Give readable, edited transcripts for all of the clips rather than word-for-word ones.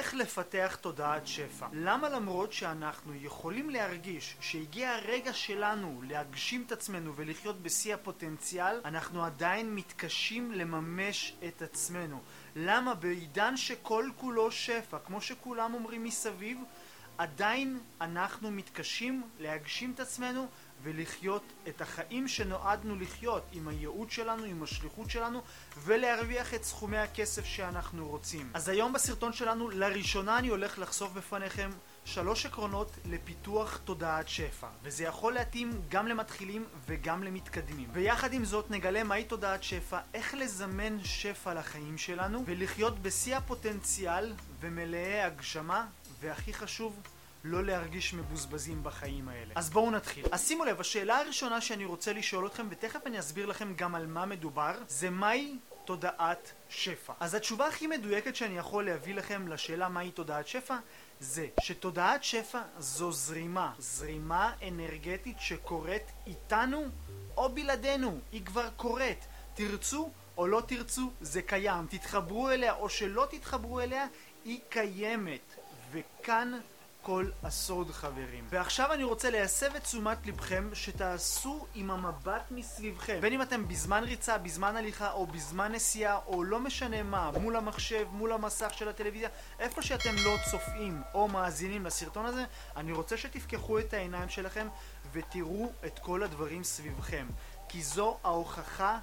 איך לפתח תודעת שפע? למה למרות שאנחנו יכולים להרגיש שהגיע הרגע שלנו להגשים את עצמנו ולחיות בשיא הפוטנציאל, אנחנו עדיין מתקשים לממש את עצמנו? למה בעידן שכל כולו שפע, כמו שכולם אומרים מסביב, עדיין אנחנו מתקשים להגשים את עצמנו ולחיות את החיים שנועדנו לחיות, עם הייעוד שלנו, עם השליחות שלנו, ולהרוויח את סכומי הכסף שאנחנו רוצים? אז היום בסרטון שלנו לראשונה אני הולך לחשוף בפניכם 3 עקרונות לפיתוח תודעת שפע, וזה יכול להתאים גם למתחילים וגם למתקדמים. ויחד עם זאת נגלה מהי תודעת שפע, איך לזמן שפע לחיים שלנו ולחיות בשיא הפוטנציאל ומלאי הגשמה, והכי חשוב, לא להרגיש מבוזבזים בחיים האלה. אז בואו נתחיל. אז שימו לב, השאלה הראשונה שאני רוצה לשאול אתכם, ותכף אני אסביר לכם גם על מה מדובר, זה מהי תודעת שפע. אז התשובה הכי מדויקת שאני יכול להביא לכם לשאלה מהי תודעת שפע, זה שתודעת שפע זו זרימה אנרגטית שקורית איתנו או בלעדינו. היא כבר קורית. תרצו או לא תרצו, זה קיים. תתחברו אליה או שלא תתחברו אליה, היא קיימת. וכאן כל הסוד, חברים. ועכשיו אני רוצה להסב את תשומת לבכם שתעשו עם המבט מסביבכם, בין אם אתם בזמן ריצה, בזמן הליכה או בזמן נסיעה או לא משנה מה, מול המחשב, מול המסך של הטלוויזיה, איפה שאתם לא צופים או מאזינים לסרטון הזה, אני רוצה שתפקחו את העיניים שלכם ותראו את כל הדברים סביבכם, כי זו ההוכחה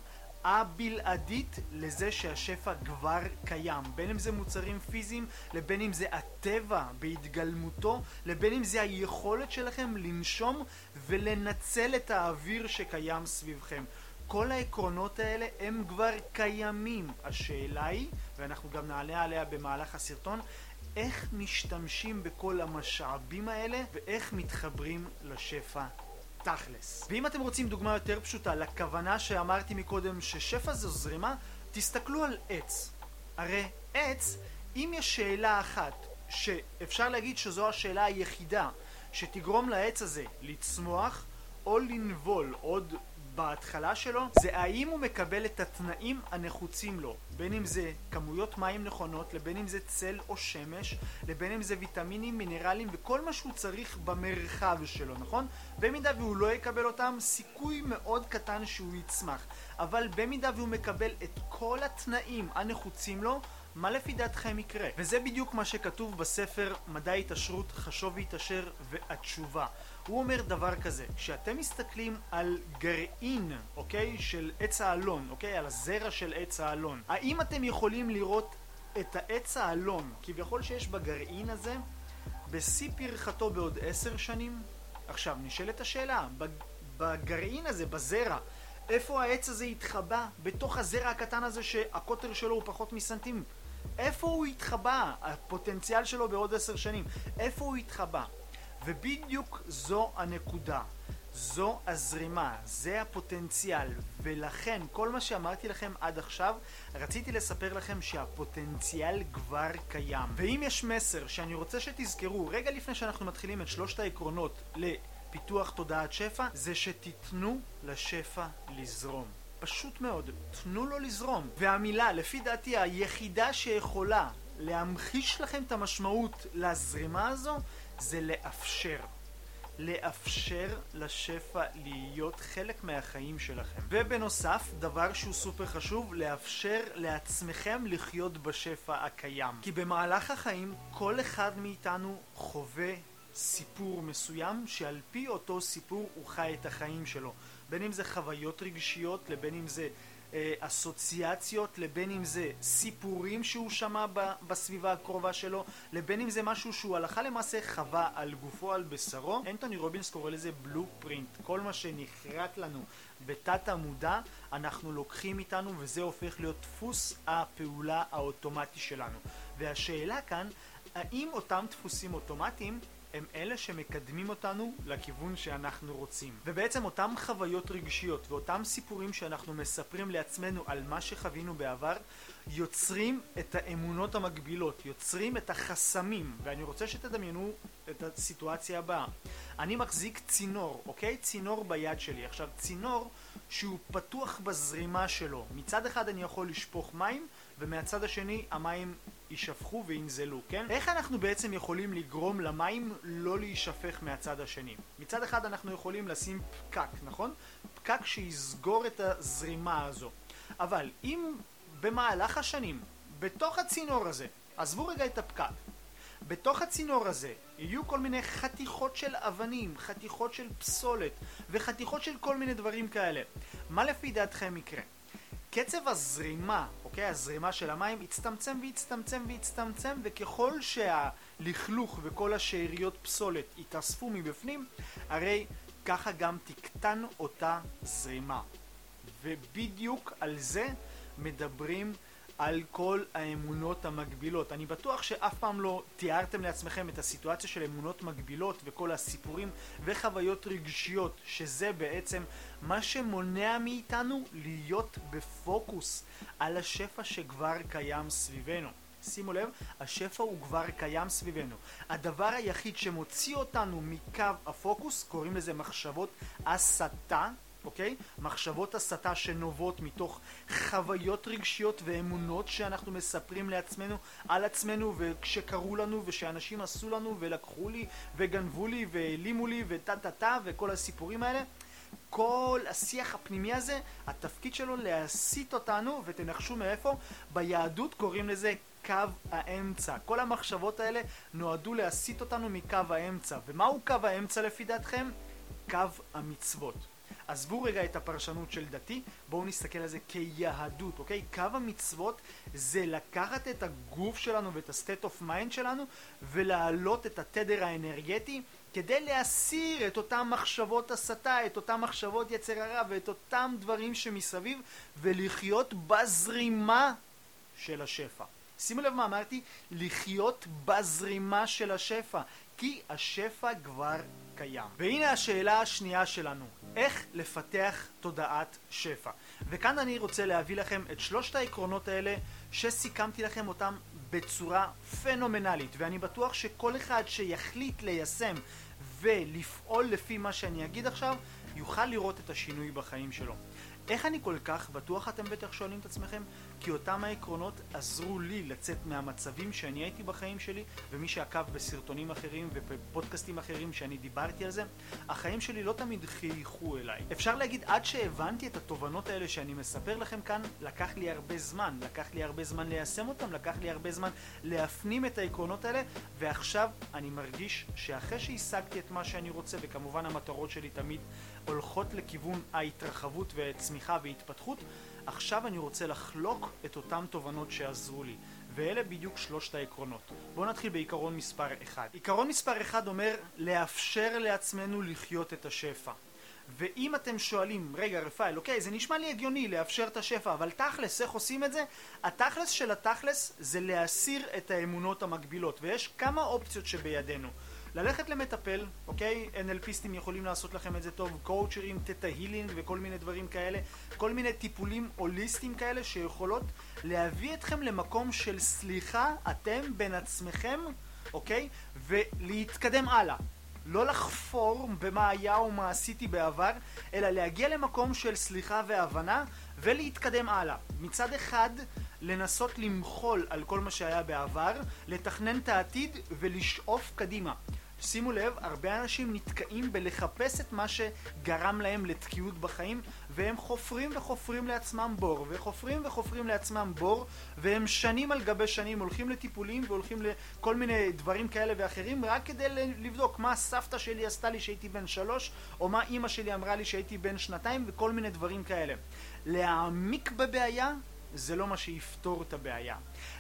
הבלעדית לזה שהשפע כבר קיים, בין אם זה מוצרים פיזיים, לבין אם זה הטבע בהתגלמותו, לבין אם זה היכולת שלכם לנשום ולנצל את האוויר שקיים סביבכם. כל העקרונות האלה הם כבר קיימים. השאלה היא, ואנחנו גם נעלה עליה במהלך הסרטון, איך משתמשים בכל המשאבים האלה ואיך מתחברים לשפע תכלס. ואם אתם רוצים דוגמה יותר פשוטה לכוונה שאמרתי מקודם ששפע זו זרימה, תסתכלו על עץ. הרי עץ, אם יש שאלה אחת שאפשר להגיד שזו השאלה היחידה שתגרום לעץ הזה לצמוח או לנבול עוד בהתחלה שלו, זה האם הוא מקבל את התנאים הנחוצים לו, בין אם זה כמויות מים נכונות, לבין אם זה צל או שמש, לבין אם זה ויטמינים, מינרלים וכל מה שהוא צריך במרחב שלו, נכון? במידה והוא לא יקבל אותם, סיכוי מאוד קטן שהוא יצמח. אבל במידה והוא מקבל את כל התנאים הנחוצים לו, מה לפי דעתכם יקרה? וזה בדיוק מה שכתוב בספר מדע התעשרות, חשוב והתעשר והתשובה. הוא אומר דבר כזה, כשאתם מסתכלים על גרעין, אוקיי, של עץ האלון, אוקיי, על הזרע של עץ האלון, האם אתם יכולים לראות את העץ האלון, כביכול שיש בגרעין הזה, בשיא פרחתו בעוד 10 שנים? עכשיו, נשאלת השאלה, בגרעין הזה, בזרע, איפה העץ הזה יתחבא? בתוך הזרע הקטן הזה שהקוטר שלו הוא פחות מסנטימטר. איפה הוא יתחבא? הפוטנציאל שלו בעוד 10 שנים. איפה הוא יתחבא? ובדיוק זו הנקודה. זו הזרימה, זה הפוטנציאל, ולכן כל מה שאמרתי לכם עד עכשיו, רציתי לספר לכם שהפוטנציאל כבר קיים. ואם יש מסר שאני רוצה שתזכרו רגע לפני שאנחנו מתחילים את 3 העקרונות לפיתוח תודעת שפע, זה שתיתנו לשפע לזרום. פשוט מאוד, תנו לו לזרום. והמילה, לפי דעתי, היחידה שיכולה להמחיש לכם את המשמעות לזרימה הזו, זה לאפשר. לאפשר לשפע להיות חלק מהחיים שלכם. ובנוסף, דבר שהוא סופר חשוב, לאפשר לעצמכם לחיות בשפע הקיים. כי במהלך החיים, כל אחד מאיתנו חווה סיפור מסוים, שעל פי אותו סיפור הוא חי את החיים שלו. בין אם זה חוויות רגשיות, לבין אם זה אסוציאציות, לבין אם זה סיפורים שהוא שמע בסביבה הקרובה שלו, לבין אם זה משהו שהוא הלכה למעשה חווה על גופו, על בשרו. אנטוני רובינס קורא לזה בלופרינט. כל מה שנחרט לנו בתת המודע, אנחנו לוקחים איתנו, וזה הופך להיות דפוס הפעולה האוטומטי שלנו. והשאלה כאן, האם אותם דפוסים אוטומטיים הם אלה שמקדמים אותנו לכיוון שאנחנו רוצים? ובעצם אותם חוויות רגשיות ואותם סיפורים שאנחנו מספרים לעצמנו על מה שחווינו בעבר, יוצרים את האמונות המקבילות, יוצרים את החסמים. ואני רוצה שתדמיינו את הסיטואציה הבאה. אני מחזיק צינור, אוקיי? צינור ביד שלי. עכשיו, צינור שהוא פתוח בזרימה שלו. מצד אחד אני יכול לשפוך מים, ומהצד השני המים יישפכו וינזלו, כן? איך אנחנו בעצם יכולים לגרום למים לא להישפך מהצד השני? מצד אחד אנחנו יכולים לשים פקק, נכון? פקק שיסגור את הזרימה הזו. אבל אם במהלך השנים, בתוך הצינור הזה, עזבו רגע את הפקק, בתוך הצינור הזה יהיו כל מיני חתיכות של אבנים, חתיכות של פסולת וחתיכות של כל מיני דברים כאלה. מה לפי דעתכם יקרה? קצב הזרימה, אוקיי? הזרימה של המים יצטמצם ויצטמצם ויצטמצם, וככל שהלכלוך וכל השאריות פסולת יתאספו מבפנים, הרי ככה גם תקטן אותה זרימה. ובדיוק על זה מדברים על כל האמונות המקבילות. אני בטוח שאף פעם לא תיארתם לעצמכם את הסיטואציה של אמונות מקבילות וכל הסיפורים וחוויות רגשיות, שזה בעצם מה שמונע מאיתנו להיות בפוקוס על השפע שכבר קיים סביבנו. שימו לב, השפע הוא כבר קיים סביבנו. הדבר היחיד שמוציא אותנו מקו הפוקוס, קוראים לזה מחשבות הסתה, אוקיי? מחשבות הסתה שנובעות מתוך חוויות רגשיות ואמונות שאנחנו מספרים לעצמנו על עצמנו, וכשקראו לנו ושאנשים עשו לנו ולקחו לי וגנבו לי והעלימו לי וטה וכל הסיפורים האלה. כל השיח הפנימי הזה, התפקיד שלו להסיט אותנו, ותנחשו מאיפה? ביהדות קוראים לזה קו האמצע. כל המחשבות האלה נועדו להסיט אותנו מקו האמצע. ומהו קו האמצע לפי דעתכם? קו המצוות. עזבו רגע את הפרשנות של דתי, בואו נסתכל על זה כיהדות, אוקיי? קו המצוות זה לקחת את הגוף שלנו ואת ה-state of mind שלנו ולהעלות את התדר האנרגטי כדי להסיר את אותם מחשבות הסתה, את אותם מחשבות יצר הרע ואת אותם דברים שמסביב, ולחיות בזרימה של השפע. שימו לב מה אמרתי, לחיות בזרימה של השפע, כי השפע כבר קיים. והנה השאלה השנייה שלנו, איך לפתח תודעת שפע. וכאן אני רוצה להביא לכם את שלושת העקרונות האלה שסיכמתי לכם אותם בצורה פנומנלית, ואני בטוח שכל אחד שיחליט ליישם ולפעול לפי מה שאני אגיד עכשיו, יוכל לראות את השינוי בחיים שלו. איך אני כל כך בטוח? אתם בטח שואלים את עצמכם, כי אותם העקרונות עזרו לי לצאת מהמצבים שאני הייתי בחיים שלי, ומי שעקב בסרטונים אחרים ובפודקאסטים אחרים שאני דיברתי על זה, החיים שלי לא תמיד חייכו אליי. אפשר להגיד, עד שהבנתי את התובנות האלה שאני מספר לכם כאן, לקח לי הרבה זמן. לקח לי הרבה זמן ליישם אותם, לקח לי הרבה זמן להפנים את העקרונות האלה, ועכשיו אני מרגיש שאחרי שהשגתי את מה שאני רוצה, וכמובן המטרות שלי תמיד הולכות לכיוון ההתרחבות וצמיחה והתפתחות, עכשיו אני רוצה לחלוק את אותם תובנות שעזרו לי, ואלה בדיוק שלושת העקרונות. בואו נתחיל בעיקרון מספר 1. עיקרון מספר 1 אומר לאפשר לעצמנו לחיות את השפע. ואם אתם שואלים, רגע רפאל, אוקיי, זה נשמע לי הגיוני לאפשר את השפע, אבל תכלס, איך עושים את זה? התכלס של התכלס זה להסיר את האמונות המקבילות, ויש כמה אופציות שבידינו. ללכת למטפל, אוקיי? NLPיסטים יכולים לעשות לכם את זה טוב, קואוצ'רים, תטא הילינג וכל מיני דברים כאלה, כל מיני טיפולים הוליסטיים כאלה שיכולות להביא אתכם למקום של סליחה, אתם בין עצמכם, אוקיי? ולהתקדם הלאה. לא לחפור במה היה או מה עשיתי בעבר, אלא להגיע למקום של סליחה והבנה ולהתקדם הלאה. מצד אחד, לנסות למחול על כל מה שהיה בעבר, לתכנן את העתיד ולשאוף קדימה. שימו לב, הרבה אנשים נתקעים בלחפש את מה שגרם להם לתקיעות בחיים, והם חופרים וחופרים לעצמם בור, וחופרים וחופרים לעצמם בור, והם שנים על גבי שנים הולכים לטיפולים והולכים לכל מיני דברים כאלה ואחרים, רק כדי לבדוק מה סבתא שלי עשתה לי שהייתי בן 3, או מה אמא שלי אמרה לי שהייתי בן 2, וכל מיני דברים כאלה. להעמיק בבעיה זה לא מה שיפתור את הבעיה.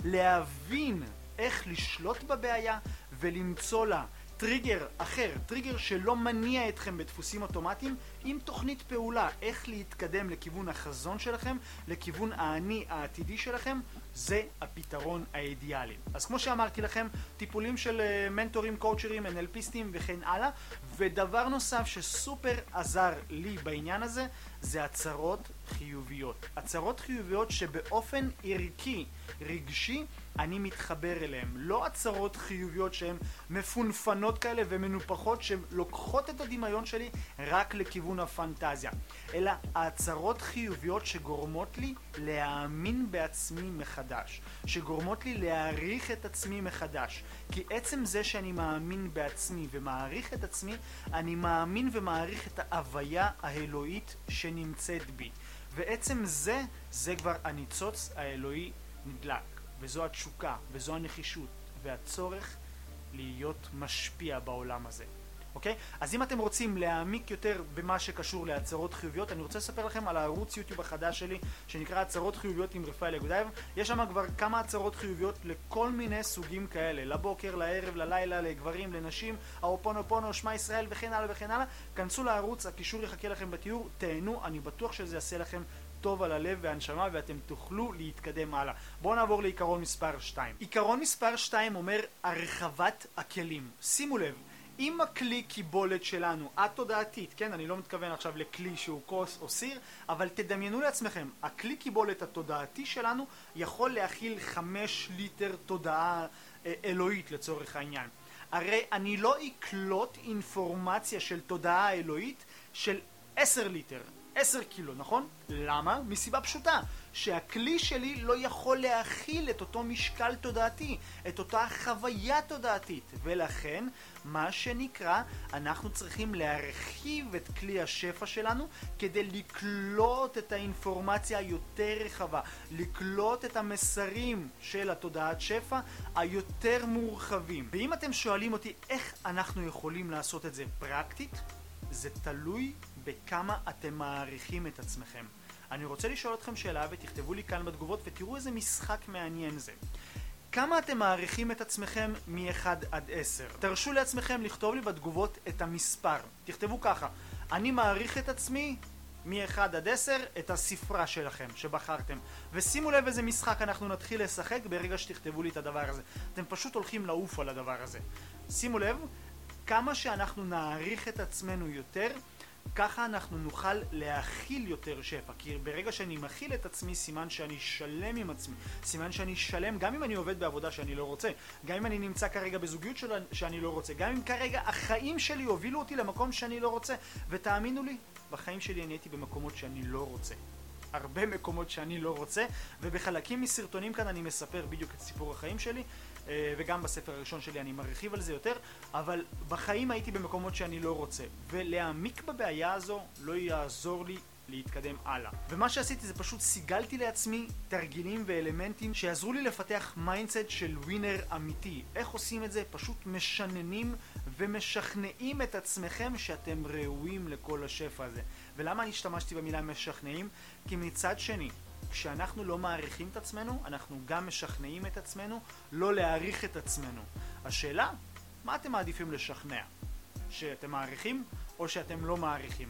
להבין איך לשלוט בבעיה ולמצוא לה טריגר אחר, טריגר שלא מניע אתכם בדפוסים אוטומטיים, עם תוכנית פעולה, איך להתקדם לכיוון החזון שלכם, לכיוון העני העתידי שלכם, זה הפתרון האידיאלי. אז כמו שאמרתי לכם, טיפולים של מנטורים, קואוצ'רים, NLPיסטים וכן הלאה, ודבר נוסף שסופר עזר לי בעניין הזה, זה הצהרות חיוביות. הצהרות חיוביות שבאופן ערכי, רגשי, אני מתחבר אליהם. לא הצהרות חיוביות שהן מפונפנות כאלה ומנופחות שלוקחות את הדמיון שלי רק לכיוון הפנטזיה, אלא הצהרות חיוביות שגורמות לי להאמין בעצמי מחדש. מחדש, שגורמות לי להעריך את עצמי מחדש. כי עצם זה שאני מאמין בעצמי ומעריך את עצמי, אני מאמין ומעריך את ההוויה האלוהית שנמצאת בי. ועצם זה כבר הניצוץ האלוהי נדלק, וזו התשוקה, וזו הנחישות, והצורך להיות משפיע בעולם הזה. אוקיי? אז אם אתם רוצים להעמיק יותר במה שקשור להצהרות חיוביות, אני רוצה לספר לכם על הערוץ יוטיוב החדש שלי, שנקרא הצהרות חיוביות עם רפאל יגודאייב. יש שם כבר כמה הצהרות חיוביות לכל מיני סוגים כאלה, לבוקר, לערב, ללילה, לגברים, לנשים, האופונופונו, שמע ישראל וכן הלאה וכן הלאה. כנסו לערוץ, הקישור יחכה לכם בתיאור, תהנו, אני בטוח שזה יעשה לכם טוב על הלב והנשמה ואתם תוכלו להתקדם הלאה. בואו נעבור לעיקרון מספר 2. עיקרון מספר 2 אומר הרחבת הכלים. שימו לב, אם הכלי קיבולת שלנו, התודעתית, כן, אני לא מתכוון עכשיו לכלי שהוא כוס או סיר, אבל תדמיינו לעצמכם, הכלי קיבולת התודעתי שלנו יכול להכיל 5 ליטר תודעה אלוהית לצורך העניין. הרי אני לא אקלוט אינפורמציה של תודעה אלוהית של 10 ליטר. 10 קילו, נכון? למה? מסיבה פשוטה, שהכלי שלי לא יכול להכיל את אותו משקל תודעתי, את אותה חוויה תודעתית, ולכן מה שנקרא, אנחנו צריכים להרחיב את כלי השפע שלנו כדי לקלוט את האינפורמציה היותר רחבה, לקלוט את המסרים של התודעת שפע היותר מורחבים. ואם אתם שואלים אותי איך אנחנו יכולים לעשות את זה פרקטית, זה תלוי בכמה אתם מעריכים את עצמכם. אני רוצה לשאול אתכם שאלה ותכתבו לי כאן בתגובות ותראו איזה משחק מעניין זה. כמה אתם מעריכים את עצמכם מ-1 עד 10? תרשו לעצמכם לכתוב לי בתגובות את המספר. תכתבו ככה, אני מעריך את עצמי מ-1 עד 10 את הספרה שלכם שבחרתם. ושימו לב איזה משחק אנחנו נתחיל לשחק ברגע שתכתבו לי את הדבר הזה. אתם פשוט הולכים לעוף על הדבר הזה. שימו לב, כמה שאנחנו נעריך את עצמנו יותר, ככה אנחנו נוכל להכיל יותר שפע. כי ברגע שאני מכיל את עצמי, סימן שאני שלם עם עצמי. סימן שאני שלם גם אם אני עובד בעבודה שאני לא רוצה. גם אם אני נמצא כרגע בזוגיות שאני לא רוצה. גם אם כרגע החיים שלי הובילו אותי למקום שאני לא רוצה. ותאמינו לי, בחיים שלי אני הייתי במקומות שאני לא רוצה. הרבה מקומות שאני לא רוצה. ובחלקים מסרטונים כאן אני מספר בדיוק את סיפור החיים שלי. וגם בספר הראשון שלי אני מרחיב על זה יותר, אבל בחיים הייתי במקומות שאני לא רוצה, ולהעמיק בבעיה הזו לא יעזור לי להתקדם הלאה. ומה שעשיתי זה פשוט סיגלתי לעצמי תרגילים ואלמנטים שיעזרו לי לפתח מיינדסט של ווינר אמיתי. איך עושים את זה? פשוט משננים ומשכנעים את עצמכם שאתם ראויים לכל השפע הזה. ולמה אני השתמשתי במילה משכנעים? כי מצד שני, כשאנחנו לא מעריכים את עצמנו, אנחנו גם משכנעים את עצמנו לא להעריך את עצמנו. השאלה, מה אתם מעדיפים לשכנע? שאתם מעריכים או שאתם לא מעריכים?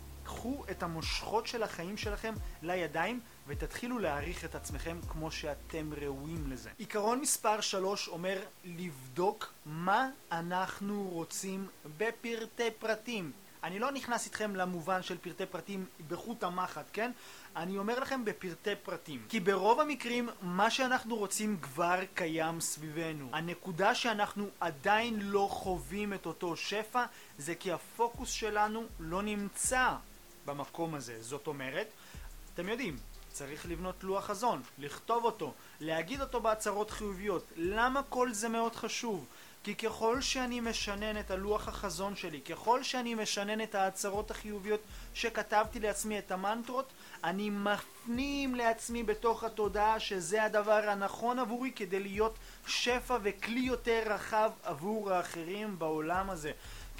קחו את המושכות של החיים שלכם לידיים ותתחילו להעריך את עצמכם כמו שאתם ראויים לזה. עיקרון מספר 3 אומר לבדוק מה אנחנו רוצים בפרטי פרטים. אני לא נכנס איתכם למובן של פרטי פרטים בחוט המחט, כן? אני אומר לכם בפרטי פרטים. כי ברוב המקרים, מה שאנחנו רוצים כבר קיים סביבנו. הנקודה שאנחנו עדיין לא חווים את אותו שפע, זה כי הפוקוס שלנו לא נמצא במקום הזה. זאת אומרת, אתם יודעים, צריך לבנות לוח חזון, לכתוב אותו, להגיד אותו בהצהרות חיוביות. למה כל זה מאוד חשוב? כי ככל שאני משנן את הלוח החזון שלי, ככל שאני משנן את ההצהרות החיוביות שכתבתי לעצמי, את המנטרות, אני מפנים לעצמי בתוך התודעה שזה הדבר הנכון עבורי כדי להיות שפע וכלי יותר רחב עבור האחרים בעולם הזה.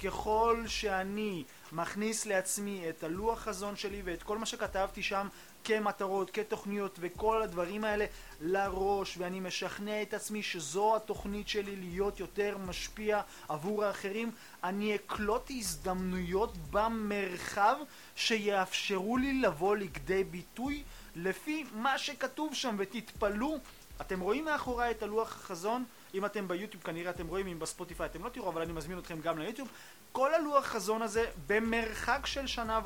ככל שאני מכניס לעצמי את הלוח חזון שלי ואת כל מה שכתבתי שם כמטרות, כתוכניות וכל הדברים האלה לראש, ואני משכנע את עצמי שזו התוכנית שלי להיות יותר משפיע עבור האחרים, אני אקלוט הזדמנויות במרחב שיאפשרו לי לבוא לכדי ביטוי לפי מה שכתוב שם. ותתפלו, אתם רואים מאחורי את הלוח החזון, אם אתם ביוטיוב כנראה אתם רואים, אם בספוטיפיי אתם לא תראו, אבל אני מזמין אתכם גם ליוטיוב. כל הלוח חזון הזה במרחק של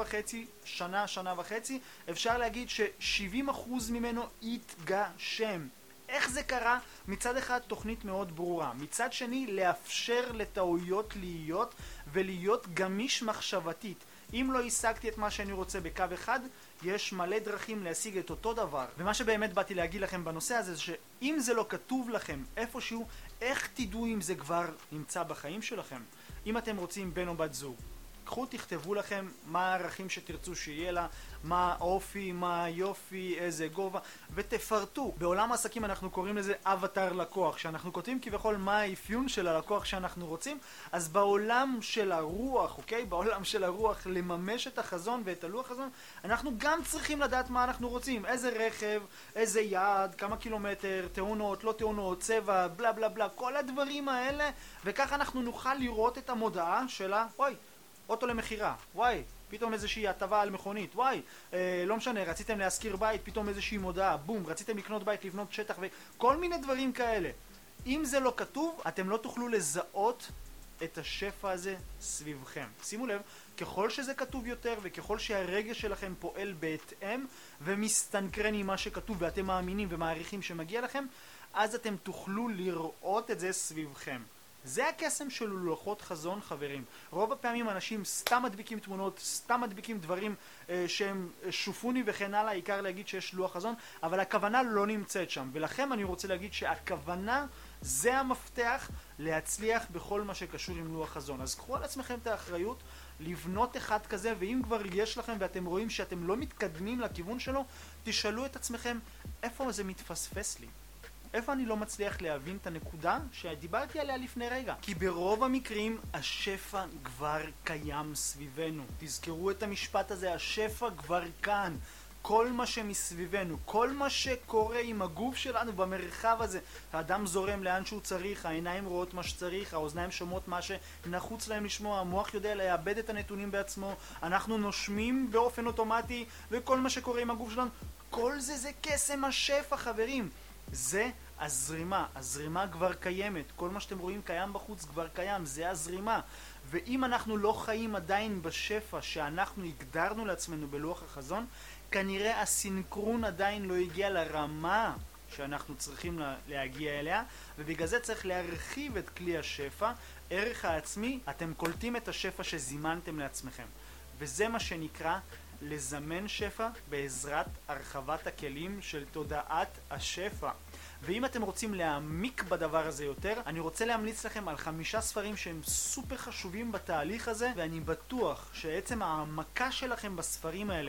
שנה וחצי, אפשר להגיד ש70% ממנו יתגשם. איך זה קרה? מצד אחד תוכנית מאוד ברורה, מצד שני לאפשר לטעויות להיות ולהיות גמיש מחשבתית. אם לא השגתי את מה שאני רוצה בקו אחד, יש מלא דרכים להשיג את אותו דבר. ומה שבאמת באתי להגיד לכם בנושא הזה, זה שאם זה לא כתוב לכם איפשהו, איך תדעו אם זה כבר נמצא בחיים שלכם? אם אתם רוצים בן או בת זוג, קחו, תכתבו לכם מה הערכים שתרצו שיהיה לה, מה האופי, מה היופי, איזה גובה, ותפרטו. בעולם העסקים אנחנו קוראים לזה אבטר לקוח. כשאנחנו כותבים כביכול מה האפיון של הלקוח שאנחנו רוצים, אז בעולם של הרוח, אוקיי? בעולם של הרוח לממש את החזון ואת הלוח חזון, אנחנו גם צריכים לדעת מה אנחנו רוצים. איזה רכב, איזה יעד, כמה קילומטר, תאונות, לא תאונות, צבע, בלה בלה בלה, כל הדברים האלה, וככה אנחנו נוכל לראות את המודעה שלה, אוי, אוטו למחירה, וואי, פתאום איזושהי הטבה על מכונית, וואי, לא משנה, רציתם להשכיר בית, פתאום איזושהי מודעה, בום, רציתם לקנות בית, לבנות שטח וכל מיני דברים כאלה. אם זה לא כתוב, אתם לא תוכלו לזהות את השפע הזה סביבכם. שימו לב, ככל שזה כתוב יותר וככל שהרגש שלכם פועל בהתאם ומסתנקרן עם מה שכתוב ואתם מאמינים ומעריכים שמגיע לכם, אז אתם תוכלו לראות את זה סביבכם. זה הקסם של לוחות חזון, חברים. רוב הפעמים אנשים סתם מדביקים תמונות, סתם מדביקים דברים שהם שופוני וכן הלאה, העיקר להגיד שיש לוח חזון, אבל הכוונה לא נמצאת שם. ולכם אני רוצה להגיד שהכוונה זה המפתח להצליח בכל מה שקשור עם לוח חזון. אז קחו על עצמכם את האחריות לבנות אחד כזה, ואם כבר יש לכם ואתם רואים שאתם לא מתקדמים לכיוון שלו, תשאלו את עצמכם איפה זה מתפספס לי. איפה אני לא מצליח להבין את הנקודה שדיברתי עליה לפני רגע? כי ברוב המקרים השפע כבר קיים סביבנו. תזכרו את המשפט הזה, השפע כבר כאן. כל מה שמסביבנו, כל מה שקורה עם הגוף שלנו במרחב הזה, האדם זורם לאן שהוא צריך, העיניים רואות מה שצריך, האוזניים שומעות מה שנחוץ להם לשמוע, המוח יודע לאבד את הנתונים בעצמו, אנחנו נושמים באופן אוטומטי, וכל מה שקורה עם הגוף שלנו, כל זה קסם השפע, חברים. זה הזרימה, הזרימה כבר קיימת, כל מה שאתם רואים קיים בחוץ כבר קיים, זה הזרימה. ואם אנחנו לא חיים עדיין בשפע שאנחנו הגדרנו לעצמנו בלוח החזון, כנראה הסינכרון עדיין לא הגיע לרמה שאנחנו צריכים להגיע אליה, ובגלל זה צריך להרחיב את כלי השפע, ערך העצמי, אתם קולטים את השפע שזימנתם לעצמכם. וזה מה שנקרא לזמן שפע בעזרת הרחבת הכלים של תודעת השפע. ואם אתם רוצים להעמיק בדבר הזה יותר, אני רוצה להמליץ לכם על 5 ספרים שהם סופר חשובים בתהליך הזה, ואני בטוח שעצם העמקה שלכם בספרים האלה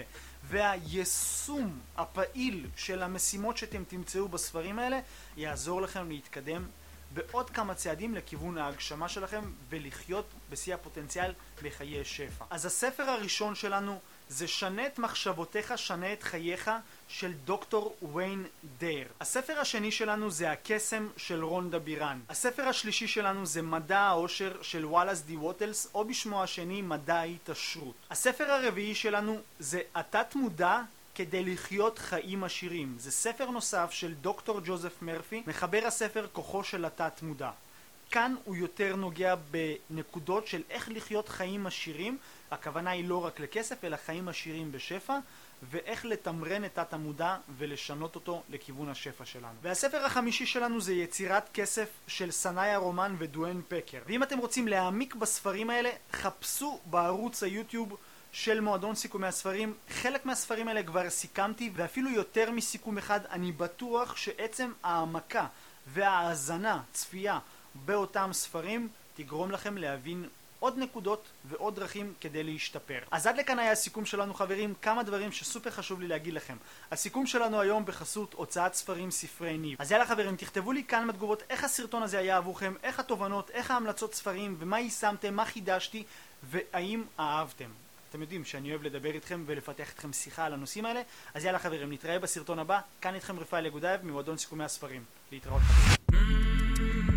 והיישום הפעיל של המשימות שאתם תמצאו בספרים האלה יעזור לכם להתקדם בעוד כמה צעדים לכיוון ההגשמה שלכם ולחיות בשיא הפוטנציאל בחיי שפע. אז הספר הראשון שלנו זה שנה את מחשבותיך, שנה את חייך של דוקטור ויין דייר. הספר השני שלנו זה הקסם של רונדה בירן. הספר השלישי שלנו זה מדע העושר של וואלאס די ווטלס, או בשמו השני מדע ההתעשרות. הספר הרביעי שלנו זה התת מודע כדי לחיות חיים עשירים. זה ספר נוסף של דוקטור ג'וזף מרפי, מחבר הספר כוחו של התת מודע. כאן הוא יותר נוגע בנקודות של איך לחיות חיים עשירים, הכוונה היא לא רק לכסף אלא חיים עשירים בשפע, ואיך לתמרן את תת המודע ולשנות אותו לכיוון השפע שלנו. והספר החמישי שלנו זה יצירת כסף של סנאיה רומן ודואן פקר. ואם אתם רוצים להעמיק בספרים האלה, חפשו בערוץ היוטיוב של מועדון סיכומי הספרים. חלק מהספרים האלה כבר סיכמתי, ואפילו יותר מסיכום אחד. אני בטוח שעצם העמקה וההאזנה, צפייה באותם ספרים תגרום לכם להבין עוד נקודות ועוד דרכים כדי להשתפר. אז עד לכאן היה הסיכום שלנו, חברים. כמה דברים שסופר חשוב לי להגיד לכם. הסיכום שלנו היום בחסות הוצאת ספרים ספרי ניב. אז יאללה חברים, תכתבו לי כאן בתגובות איך הסרטון הזה היה עבורכם, איך התובנות, איך ההמלצות ספרים, ומה יישמתם, מה חידשתי, והאם אהבתם. אתם יודעים שאני אוהב לדבר איתכם ולפתח איתכם שיחה על הנושאים האלה. אז יאללה חברים, נתראה בסרטון הבא. כאן איתכם רפאל יגודאייב ממועדון סיכומי הספרים. להתראות חברים.